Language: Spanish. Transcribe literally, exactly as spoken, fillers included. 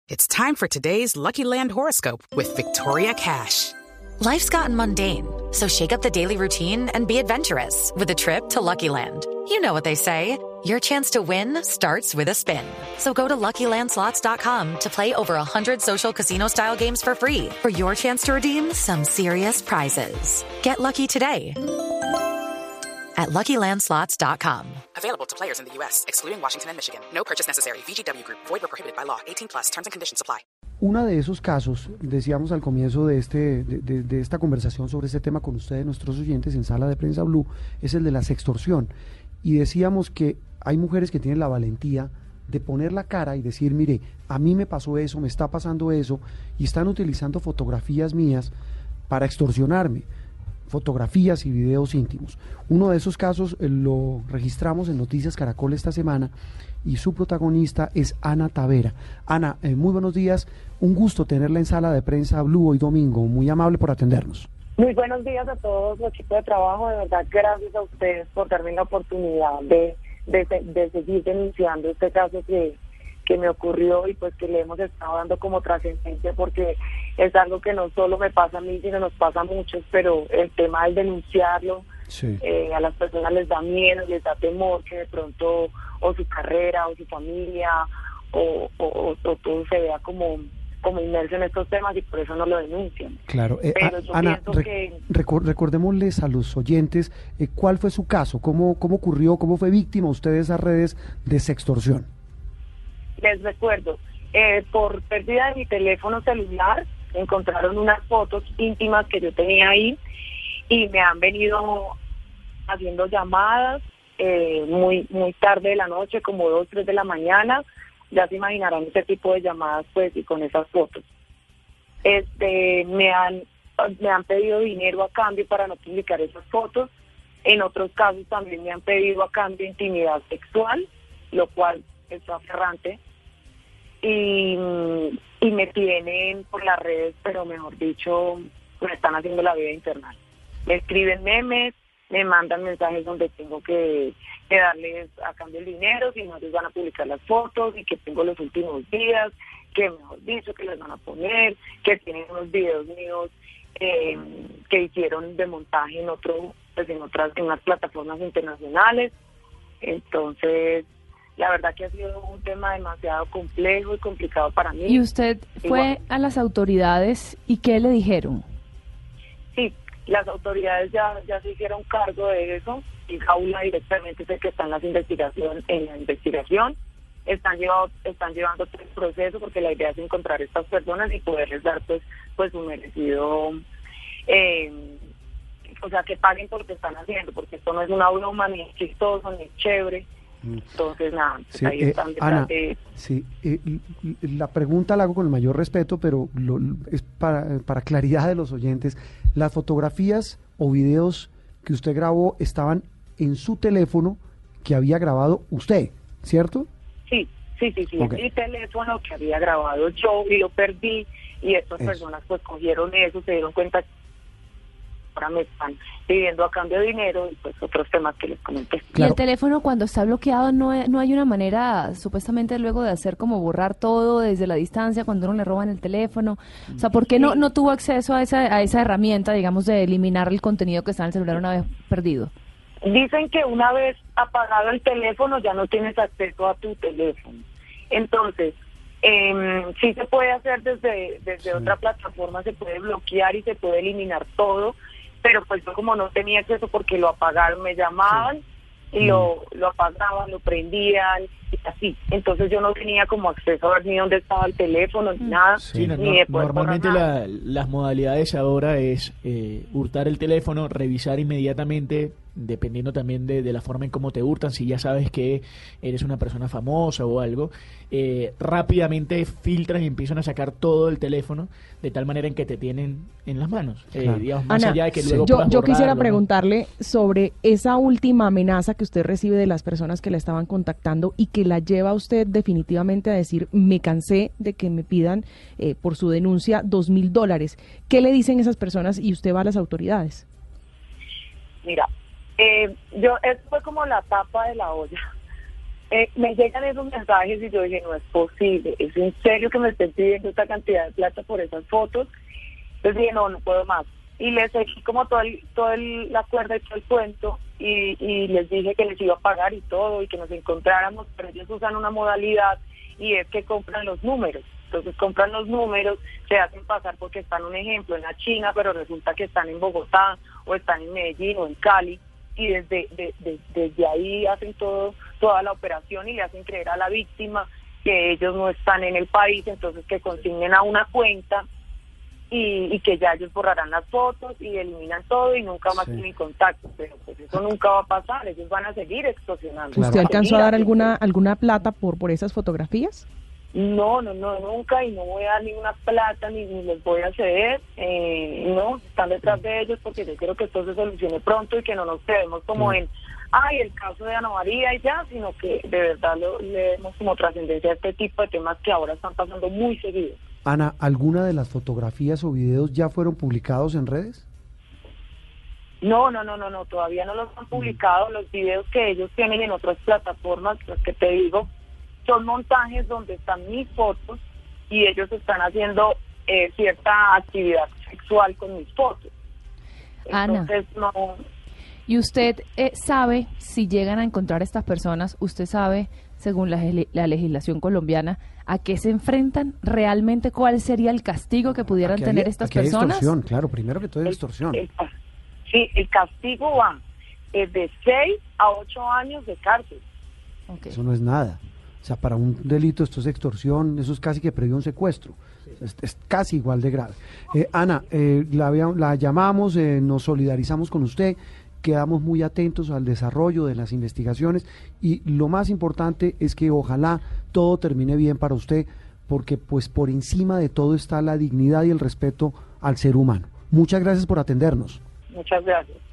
It's time for today's Lucky Land horoscope with Victoria Cash. Life's gotten mundane, so shake up the daily routine and be adventurous with a trip to Lucky Land. You know what they say, your chance to win starts with a spin. So go to Lucky Land Slots dot com to play over one hundred social casino-style games for free for your chance to redeem some serious prizes. Get lucky today at Lucky Land Slots dot com. Available to players in the U S, excluding Washington and Michigan. No purchase necessary. V G W Group. Void or prohibited by law. eighteen plus. Terms and conditions apply. Uno de esos casos, decíamos al comienzo de, este, de, de, de esta conversación sobre este tema con ustedes, nuestros oyentes en Sala de Prensa Blue, es el de la sextorsión. Y decíamos que hay mujeres que tienen la valentía de poner la cara y decir, mire, a mí me pasó eso, me está pasando eso, y están utilizando fotografías mías para extorsionarme, fotografías y videos íntimos. Uno de esos casos eh, lo registramos en Noticias Caracol esta semana y su protagonista es Ana Tavera. Ana, eh, muy buenos días, un gusto tenerla en Sala de Prensa Blue hoy domingo, muy amable por atendernos. Muy buenos días a todos los equipos de trabajo, de verdad gracias a ustedes por darme la oportunidad de, de, de seguir denunciando este caso que, que me ocurrió y pues que le hemos estado dando como trascendencia porque es algo que no solo me pasa a mí, sino nos pasa a muchos, pero el tema del denunciarlo, sí. eh, a las personas les da miedo, les da temor que de pronto o su carrera o su familia o, o, o, o todo se vea como... como inmerso en estos temas y por eso no lo denuncian. Claro, eh, pero yo Ana, pienso rec que... Record recordémosles a los oyentes eh, cuál fue su caso, cómo, cómo ocurrió, cómo fue víctima usted de esas redes de sextorsión. Les recuerdo, eh, por pérdida de mi teléfono celular, encontraron unas fotos íntimas que yo tenía ahí y me han venido haciendo llamadas eh, muy muy tarde de la noche, como dos, tres de la mañana. Ya se imaginarán ese tipo de llamadas, pues, y con esas fotos. Este, me han, me han pedido dinero a cambio para no publicar esas fotos. En otros casos también me han pedido a cambio intimidad sexual, lo cual es aferrante. Y, y me tienen por las redes, pero mejor dicho, me están haciendo la vida infernal. Me escriben memes, me mandan mensajes donde tengo que, que darles a cambio el dinero, si no ellos van a publicar las fotos y que tengo los últimos días, que mejor dicho, que les van a poner, que tienen unos videos míos eh, que hicieron de montaje en otro, pues en otras, en unas plataformas internacionales. Entonces, la verdad que ha sido un tema demasiado complejo y complicado para mí. ¿Y usted fue Igual. a las autoridades y qué le dijeron? Sí. Las autoridades ya ya se hicieron cargo de eso y Jaula directamente sé que están las investigaciones en la investigación están llevando están llevando todo el proceso porque la idea es encontrar a estas personas y poderles dar pues pues un merecido eh, o sea que paguen por lo que están haciendo porque esto no es una broma ni es chistoso ni es chévere. Entonces, nada, pues sí, ahí eh, están Ana, de... sí, eh, la pregunta la hago con el mayor respeto, pero lo, es para, para claridad de los oyentes. Las fotografías o videos que usted grabó estaban en su teléfono que había grabado usted, ¿cierto? Sí, sí, sí, sí, okay. Mi teléfono que había grabado yo y lo perdí y estas eso. personas pues cogieron eso, se dieron cuenta que ahora me están pidiendo a cambio de dinero y pues otros temas que les comenté. Claro. Y el teléfono cuando está bloqueado no, hay, no hay una manera supuestamente luego de hacer como borrar todo desde la distancia cuando uno le roban el teléfono. O sea, ¿por qué sí. no, no tuvo acceso a esa, a esa herramienta, digamos, de eliminar el contenido que está en el celular una vez perdido? Dicen que una vez apagado el teléfono ya no tienes acceso a tu teléfono. Entonces, eh, sí se puede hacer desde, desde sí. otra plataforma, se puede bloquear y se puede eliminar todo. Pero pues yo como no tenía acceso porque lo apagaron, me llamaban sí. y mm. lo, lo apagaban, lo prendían y así. Entonces yo no tenía como acceso a ver ni dónde estaba el teléfono, ni mm. nada. Sí, ni no, de no, normalmente la, las modalidades ahora es eh, hurtar el teléfono, revisar inmediatamente, dependiendo también de, de la forma en cómo te hurtan, si ya sabes que eres una persona famosa o algo, eh, rápidamente filtran y empiezan a sacar todo el teléfono de tal manera en que te tienen en las manos. Claro. Eh, digamos, más Ana, allá de que sí. luego yo, yo quisiera borrarlo, preguntarle ¿no? sobre esa última amenaza que usted recibe de las personas que la estaban contactando y que la lleva a usted definitivamente a decir, me cansé de que me pidan eh, por su denuncia dos mil dólares. ¿Qué le dicen esas personas y usted va a las autoridades? Mira, Eh, yo, eso fue como la tapa de la olla. eh, me llegan esos mensajes y yo dije, no es posible, es en serio que me estén pidiendo esta cantidad de plata por esas fotos. Entonces dije, no, no puedo más. Y les seguí como todo el, todo el, la cuerda y todo el cuento, y, y les dije que les iba a pagar y todo, y que nos encontráramos, pero ellos usan una modalidad, y es que compran los números. Entonces compran los números, se hacen pasar porque están, un ejemplo, en la China, pero resulta que están en Bogotá, o están en Medellín, o en Cali, y desde de, de, desde ahí hacen todo toda la operación y le hacen creer a la víctima que ellos no están en el país, entonces que consignen a una cuenta, Y, y que ya ellos borrarán las fotos y eliminan todo y nunca más sí. tienen contacto, pero pues eso nunca va a pasar, ellos van a seguir extorsionando. Claro. ¿Usted alcanzó a dar alguna alguna plata por por esas fotografías? No, no, no, nunca, y no voy a dar ninguna plata, ni, ni les voy a ceder, eh, no, están detrás de ellos porque yo quiero que esto se solucione pronto y que no nos quedemos como sí. en, ay, el caso de Ana María y ya, sino que de verdad lo, le demos como trascendencia a este tipo de temas que ahora están pasando muy seguido. Ana, ¿alguna de las fotografías o videos ya fueron publicados en redes? No, no, no, no, no, todavía no los han publicado. Los videos que ellos tienen en otras plataformas, los que te digo, son montajes donde están mis fotos y ellos están haciendo eh, cierta actividad sexual con mis fotos. Entonces, Ana, no... ¿y usted eh, sabe si llegan a encontrar a estas personas, usted sabe, según la, la legislación colombiana, a qué se enfrentan realmente, cuál sería el castigo que pudieran aquí tener hay, estas aquí hay personas? Extorsión, claro, primero que todo es extorsión. El, el, sí, el castigo va es de seis a ocho años de cárcel. Okay. Eso no es nada. O sea, para un delito esto es extorsión, eso es casi que previo un secuestro. Es, es casi igual de grave. Eh, Ana, eh, la, la llamamos, eh, nos solidarizamos con usted, quedamos muy atentos al desarrollo de las investigaciones y lo más importante es que ojalá todo termine bien para usted, porque pues por encima de todo está la dignidad y el respeto al ser humano. Muchas gracias por atendernos. Muchas gracias.